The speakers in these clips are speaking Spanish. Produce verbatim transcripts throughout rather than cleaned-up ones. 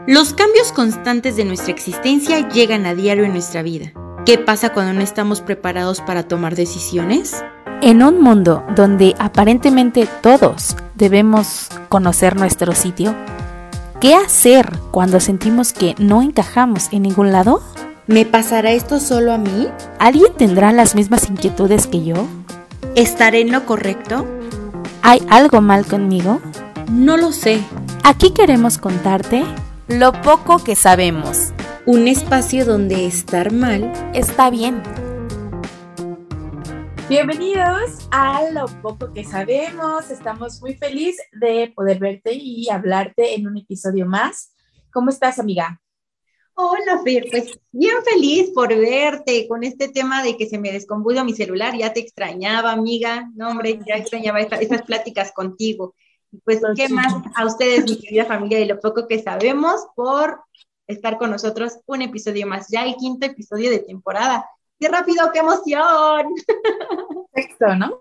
Los cambios constantes de nuestra existencia llegan a diario en nuestra vida. ¿Qué pasa cuando no estamos preparados para tomar decisiones? En un mundo donde aparentemente todos debemos conocer nuestro sitio, ¿qué hacer cuando sentimos que no encajamos en ningún lado? ¿Me pasará esto solo a mí? ¿Alguien tendrá las mismas inquietudes que yo? ¿Estaré en lo correcto? ¿Hay algo mal conmigo? No lo sé. Aquí queremos contarte lo poco que sabemos. Un espacio donde estar mal está bien. Bienvenidos a Lo Poco que Sabemos. Estamos muy felices de poder verte y hablarte en un episodio más. ¿Cómo estás, amiga? Hola, Fer, pues bien feliz por verte con este tema de que se me descompuso mi celular. Ya te extrañaba, amiga. No, hombre, ya extrañaba esta, estas pláticas contigo. Pues, Pues ¿qué sí. más a ustedes, mi querida familia de Lo Poco que Sabemos, por estar con nosotros un episodio más? Ya el quinto episodio de temporada. ¡Qué rápido, qué emoción! Sexto, ¿no?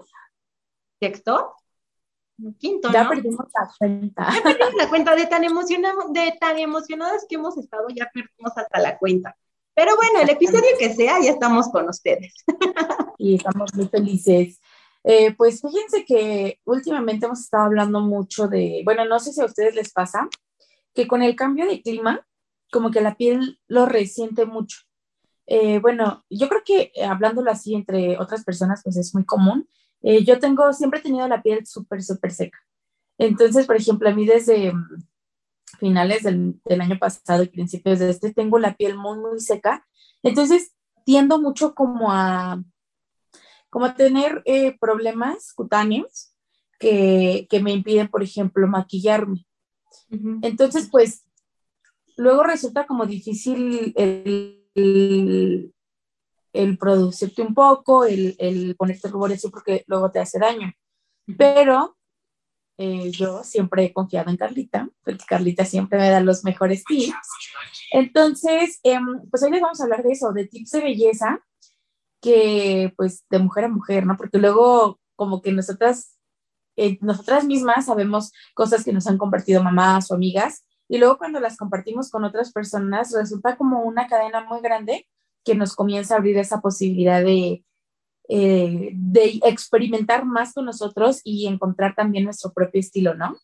¿Sexto? Quinto, Ya ¿no? perdimos la cuenta. Ya perdimos la cuenta de tan, emocionados, de tan emocionadas que hemos estado, ya perdimos hasta la cuenta. Pero bueno, el episodio que sea, ya estamos con ustedes. Y estamos muy felices. Eh, pues fíjense que últimamente hemos estado hablando mucho de, bueno, no sé si a ustedes les pasa, que con el cambio de clima, como que la piel lo resiente mucho. Eh, bueno, yo creo que eh, hablándolo así entre otras personas, pues es muy común. Eh, yo tengo, siempre he tenido la piel súper, súper seca. Entonces, por ejemplo, a mí desde mm, finales del, del año pasado y principios de este, tengo la piel muy, muy seca. Entonces, tiendo mucho como a, como a tener eh, problemas cutáneos que, que me impiden, por ejemplo, maquillarme. Uh-huh. Entonces, pues, luego resulta como difícil el, el, el producirte un poco, el, el ponerte rubor así porque luego te hace daño. Pero eh, yo siempre he confiado en Carlita, porque Carlita siempre me da los mejores tips. Entonces, eh, pues hoy les vamos a hablar de eso, de tips de belleza, que pues de mujer a mujer, ¿no? Porque luego como que nosotras, eh, nosotras mismas sabemos cosas que nos han compartido mamás o amigas, y luego cuando las compartimos con otras personas resulta como una cadena muy grande que nos comienza a abrir esa posibilidad de, eh, de experimentar más con nosotros y encontrar también nuestro propio estilo, ¿no?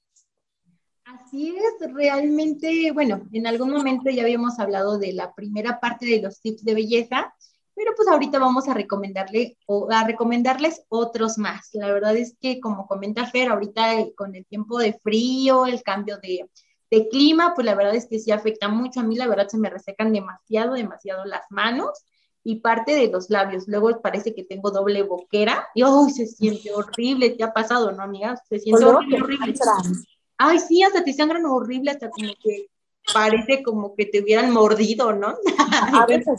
Así es, realmente, bueno, en algún momento ya habíamos hablado de la primera parte de los tips de belleza, pero pues ahorita vamos a recomendarle o a recomendarles otros más. La verdad es que, como comenta Fer, ahorita el, con el tiempo de frío, el cambio de, de clima, pues la verdad es que sí afecta mucho. A mí la verdad se me resecan demasiado, demasiado las manos y parte de los labios. Luego parece que tengo doble boquera y ¡oh! Se siente horrible. ¿Te ha pasado, no, amiga? Se siente Luego horrible, que horrible. entran. Ay, sí, hasta te sangran horrible, hasta como que parece como que te hubieran mordido, ¿no? A veces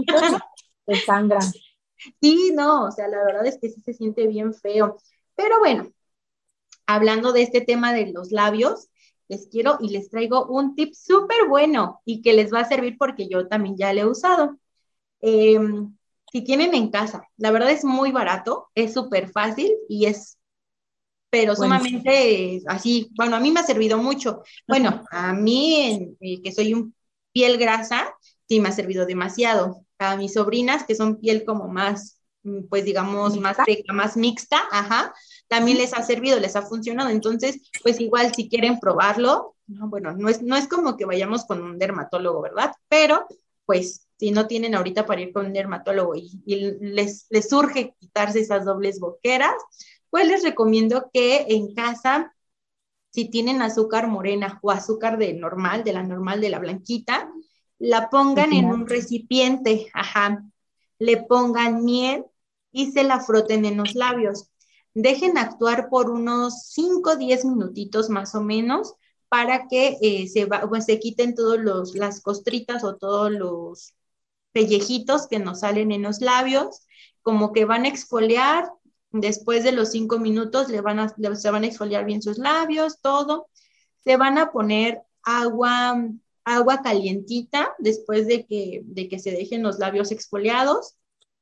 te sangran. Sí, no, o sea, la verdad es que sí se siente bien feo. Pero bueno, hablando de este tema de los labios, les quiero y les traigo un tip súper bueno y que les va a servir porque yo también ya lo he usado. Eh, si tienen en casa, la verdad es muy barato, es súper fácil y es pero sumamente eh, así, bueno, a mí me ha servido mucho. Bueno, a mí, eh, que soy un piel grasa, sí me ha servido demasiado. A mis sobrinas, que son piel como más, pues digamos, más seca, más mixta, ajá, también les ha servido, les ha funcionado. Entonces, pues igual, si quieren probarlo, no, bueno, no es, no es como que vayamos con un dermatólogo, ¿verdad? Pero, pues, si no tienen ahorita para ir con un dermatólogo y, y les, les surge quitarse esas dobles boqueras, pues les recomiendo que en casa, si tienen azúcar morena o azúcar de normal, de la normal, de la blanquita, la pongan en un recipiente, ajá, le pongan miel y se la froten en los labios. Dejen actuar por unos cinco o diez minutitos más o menos para que eh, se, va, pues, se quiten todas las costritas o todos los pellejitos que nos salen en los labios, como que van a exfoliar. Después de los cinco minutos le van a, le, se van a exfoliar bien sus labios, todo. Se van a poner agua, agua calientita después de que, de que se dejen los labios exfoliados.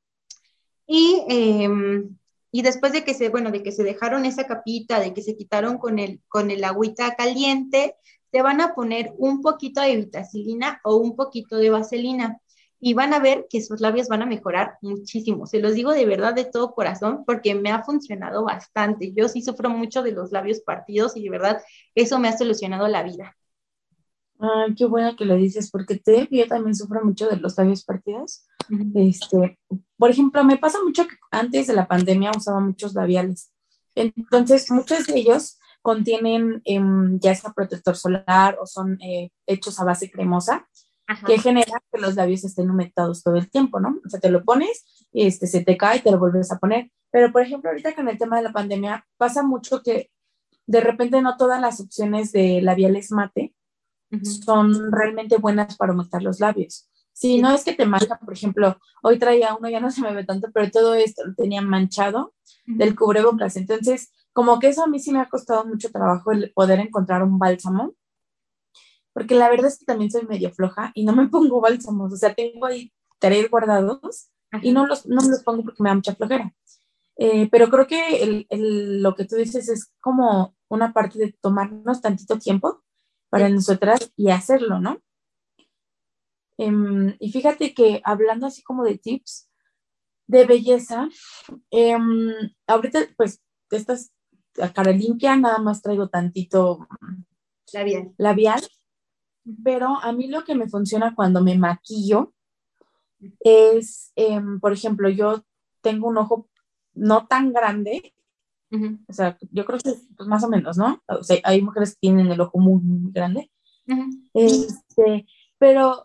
Y, eh, y después de que se, bueno, de que se dejaron esa capita, de que se quitaron con el, con el agüita caliente, se van a poner un poquito de vitacilina o un poquito de vaselina y van a ver que sus labios van a mejorar muchísimo. Se los digo de verdad, de todo corazón, porque me ha funcionado bastante. Yo sí sufro mucho de los labios partidos y de verdad eso me ha solucionado la vida. Ay, qué bueno que lo dices, porque te, yo también sufro mucho de los labios partidos. Uh-huh. Este, por ejemplo, me pasa mucho que antes de la pandemia usaba muchos labiales. Entonces, muchos de ellos contienen eh, ya sea protector solar o son eh, hechos a base cremosa, Ajá. que genera que los labios estén humectados todo el tiempo, ¿no? O sea, te lo pones, este, se te cae y te lo vuelves a poner. Pero, por ejemplo, ahorita con el tema de la pandemia, pasa mucho que de repente no todas las opciones de labiales mate uh-huh. son realmente buenas para humectar los labios. Si sí. no es que te mancha, por ejemplo, hoy traía uno, ya no se me ve tanto, pero todo esto lo tenía manchado uh-huh. del cubrebocas. Entonces, como que eso a mí sí me ha costado mucho trabajo el poder encontrar un bálsamo, porque la verdad es que también soy medio floja y no me pongo bálsamos. O sea, tengo ahí tres guardados uh-huh. y no, los, no me los pongo porque me da mucha flojera. Eh, pero creo que el, el, lo que tú dices es como una parte de tomarnos tantito tiempo para sí. nosotras y hacerlo, ¿no? Um, y fíjate que hablando así como de tips de belleza, um, ahorita pues estas a cara limpia nada más traigo tantito labial. labial, pero a mí lo que me funciona cuando me maquillo es, um, por ejemplo, yo tengo un ojo no tan grande, uh-huh. o sea, yo creo que pues, más o menos, ¿no? O sea, hay mujeres que tienen el ojo muy, muy grande, uh-huh. este, pero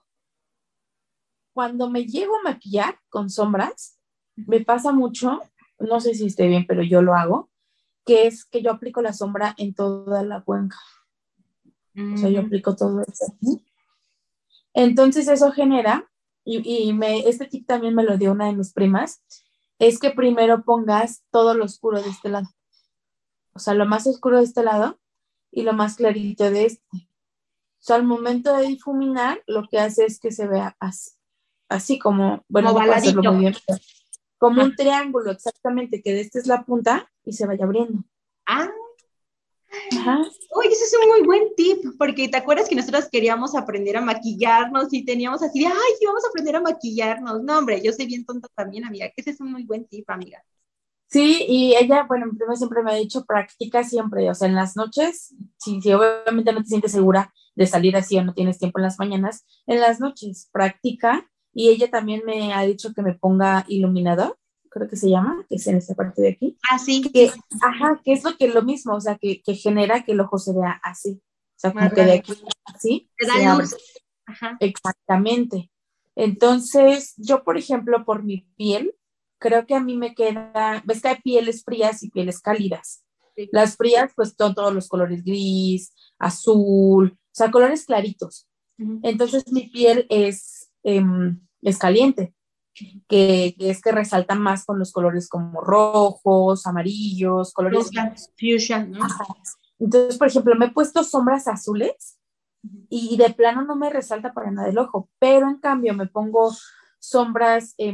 cuando me llego a maquillar con sombras, me pasa mucho, no sé si esté bien, pero yo lo hago, que es que yo aplico la sombra en toda la cuenca. Uh-huh. O sea, yo aplico todo eso aquí. Entonces eso genera, y, y me, este tip también me lo dio una de mis primas, es que primero pongas todo lo oscuro de este lado. O sea, lo más oscuro de este lado y lo más clarito de este. O sea, al momento de difuminar, lo que hace es que se vea así, así como, bueno, como no puedo hacerlo muy bien, como ah. un triángulo, exactamente, que de este es la punta y se vaya abriendo. Ah. Ajá. Uy, ese es un muy buen tip, porque te acuerdas que nosotros queríamos aprender a maquillarnos y teníamos así de, ay, vamos a aprender a maquillarnos. No, hombre, yo soy bien tonta también, amiga, que ese es un muy buen tip, amiga. Sí, y ella, bueno, mi prima siempre me ha dicho, practica siempre, o sea, en las noches, si, si obviamente no te sientes segura de salir así o no tienes tiempo en las mañanas, en las noches practica, y ella también me ha dicho que me ponga iluminador, creo que se llama, que es en esta parte de aquí. Ah, sí. Que, ajá, que es lo que lo mismo, o sea, que, que genera que el ojo se vea así, o sea, como que de aquí así te se da abre. luz. Ajá. Exactamente. Entonces, yo, por ejemplo, por mi piel, creo que a mí me queda, ves que hay pieles frías y pieles cálidas. Sí. Las frías, pues, son todos los colores gris, azul, o sea, colores claritos. Uh-huh. Entonces, mi piel es, eh, es caliente, que, que es que resalta más con los colores como rojos, amarillos, colores... Fuchsia, ¿no? Ajá. Entonces, por ejemplo, me he puesto sombras azules y de plano no me resalta para nada el ojo, pero en cambio me pongo sombras... Eh,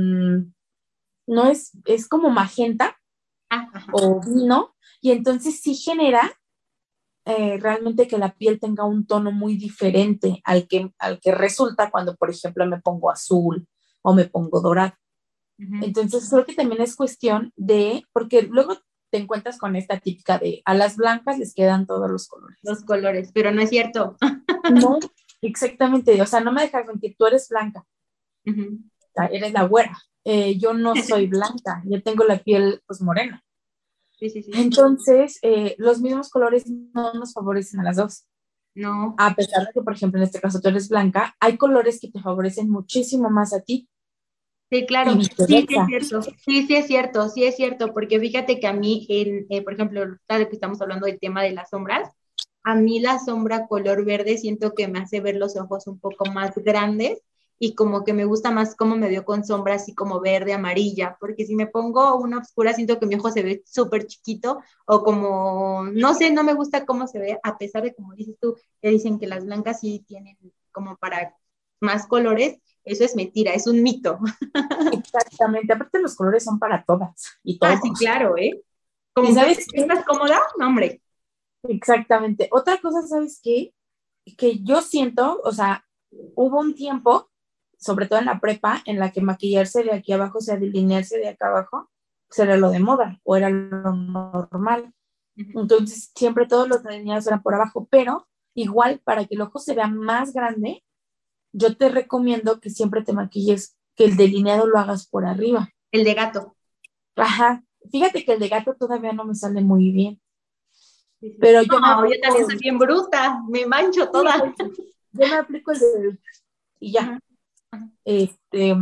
no es, es como magenta Ajá. o vino, y entonces sí genera eh, realmente que la piel tenga un tono muy diferente al que, al que resulta cuando, por ejemplo, me pongo azul o me pongo dorado. Uh-huh. Entonces creo que también es cuestión de, porque luego te encuentras con esta típica de a las blancas les quedan todos los colores. Los colores, pero no es cierto. No, exactamente, o sea, no me dejas mentir, tú eres blanca, uh-huh. o sea, eres la güera. Eh, yo no soy blanca, yo tengo la piel pues morena. Sí, sí, sí. Entonces, eh, los mismos colores no nos favorecen a las dos. No. A pesar de que, por ejemplo, en este caso tú eres blanca, hay colores que te favorecen muchísimo más a ti. Sí, claro. Sí, sí es cierto. Sí, sí es cierto, sí es cierto, porque fíjate que a mí, en, eh, por ejemplo, tal que estamos hablando del tema de las sombras, a mí la sombra color verde siento que me hace ver los ojos un poco más grandes y como que me gusta más cómo me veo con sombra así como verde, amarilla, porque si me pongo una oscura siento que mi ojo se ve súper chiquito o como, no sé, no me gusta cómo se ve, a pesar de como dices tú, que dicen que las blancas sí tienen como para más colores, eso es mentira, es un mito. Exactamente, aparte los colores son para todas y todos. Ah, sí, claro, ¿eh? Como ¿Y sabes que estás cómoda, no, hombre. Exactamente. Otra cosa, ¿sabes qué? que yo siento, o sea, hubo un tiempo, sobre todo en la prepa, en la que maquillarse de aquí abajo, o sea, delinearse de acá abajo, pues era lo de moda o era lo normal. Entonces, siempre todos los delineados eran por abajo, pero igual para que el ojo se vea más grande, yo te recomiendo que siempre te maquilles, que el delineado lo hagas por arriba. El de gato. Ajá. Fíjate que el de gato todavía no me sale muy bien. Pero yo, no, me yo también soy bien bruta, me mancho toda. Yo me aplico el de y ya. Uh-huh. Este,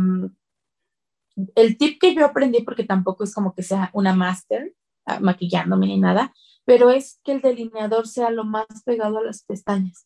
el tip que yo aprendí, porque tampoco es como que sea una máster maquillándome ni nada, pero es que el delineador sea lo más pegado a las pestañas.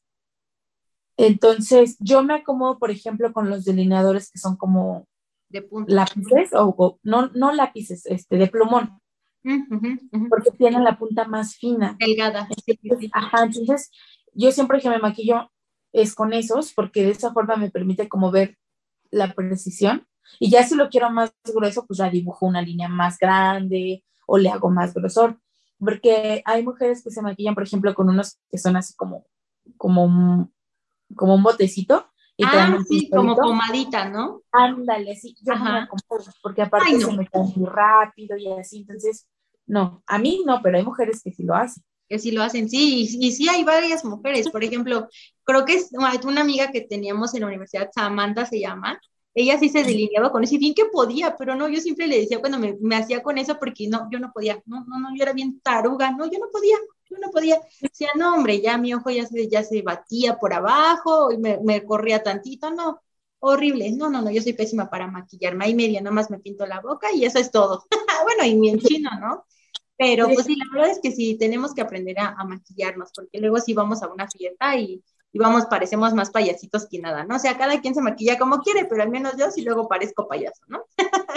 Entonces, yo me acomodo, por ejemplo, con los delineadores que son como de punta. Lápices, o, o no, no lápices, este, de plumón. Uh-huh, uh-huh. Porque tienen la punta más fina. Delgada. Entonces, sí, sí. Ajá, entonces yo siempre que me maquillo es con esos, porque de esa forma me permite como ver la precisión. Y ya si lo quiero más grueso, pues ya dibujo una línea más grande o le hago más grosor. Porque hay mujeres que se maquillan, por ejemplo, con unos que son así como, como, un, como un botecito. Y ah, sí, como pomadita, ¿no? Ándale, sí, yo Ajá. no me acomodo, porque aparte Ay, no. se me cae muy rápido y así, entonces, no, a mí no, pero hay mujeres que sí lo hacen. Que sí lo hacen, sí, y, y sí hay varias mujeres, por ejemplo, creo que es una amiga que teníamos en la universidad, Samantha se llama, ella sí se delineaba con eso, y bien que podía, pero no, yo siempre le decía cuando me, me hacía con eso, porque no, yo no podía, no, no, no, yo era bien taruga, no, yo no podía, yo no podía, decía, no, hombre, ya mi ojo ya se, ya se batía por abajo, y me, me corría tantito, no, horrible, no, no, no, yo soy pésima para maquillarme, ahí media, nomás me pinto la boca y eso es todo, bueno, y mi en chino, ¿no? Pero pues sí, la verdad es que sí, tenemos que aprender a, a maquillarnos, porque luego sí vamos a una fiesta y, y vamos, parecemos más payasitos que nada, ¿no? O sea, cada quien se maquilla como quiere, pero al menos yo sí luego parezco payaso, ¿no?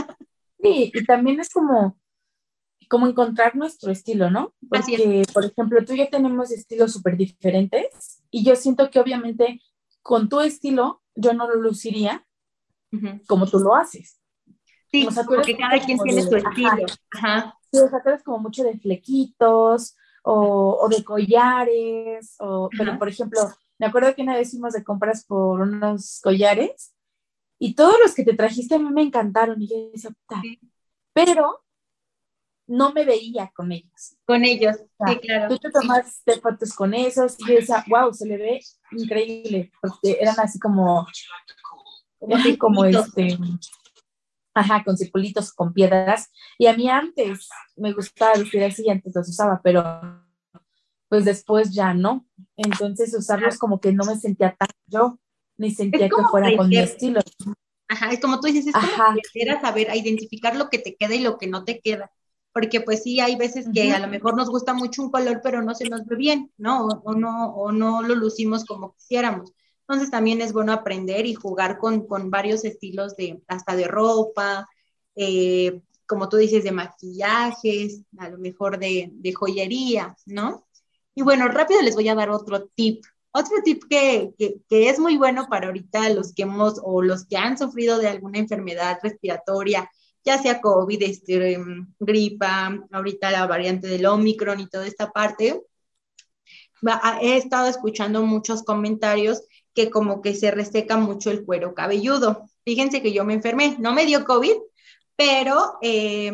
Sí, y también es como, como encontrar nuestro estilo, ¿no? Porque, por ejemplo, tú y yo tenemos estilos súper diferentes y yo siento que obviamente con tu estilo yo no lo luciría uh-huh. como tú lo haces. Sí, o sea, porque cada quien tiene de, su estilo. Ajá. Ajá. Sí, o sea, tú eres como mucho de flequitos o, o de collares, o, pero por ejemplo, me acuerdo que una vez fuimos de compras por unos collares y todos los que te trajiste a mí me encantaron y yo decía, sí. pero no me veía con ellos. Con ellos, o sea, sí, claro. Tú te tomaste sí. fotos con esos y yo decía, wow, se le ve increíble, porque eran así como, como, como este... Ajá, con circulitos, con piedras. Y a mí antes me gustaba vestir así y antes los usaba, pero pues después ya no. Entonces usarlos como que no me sentía tan yo, ni sentía que fuera con mi estilo. Ajá, es como tú dices, es Ajá. como aprender a saber, a identificar lo que te queda y lo que no te queda. Porque pues sí, hay veces que uh-huh. a lo mejor nos gusta mucho un color, pero no se nos ve bien, ¿no? O, o no, o no lo lucimos como quisiéramos. Entonces también es bueno aprender y jugar con, con varios estilos de, hasta de ropa, eh, como tú dices, de maquillajes, a lo mejor de, de joyería, ¿no? Y bueno, rápido les voy a dar otro tip. Otro tip que, que, que es muy bueno para ahorita los que hemos, o los que han sufrido de alguna enfermedad respiratoria, ya sea COVID, este, gripa, ahorita la variante del Omicron y toda esta parte. He estado escuchando muchos comentarios que como que se reseca mucho el cuero cabelludo. Fíjense que yo me enfermé, no me dio COVID, pero eh,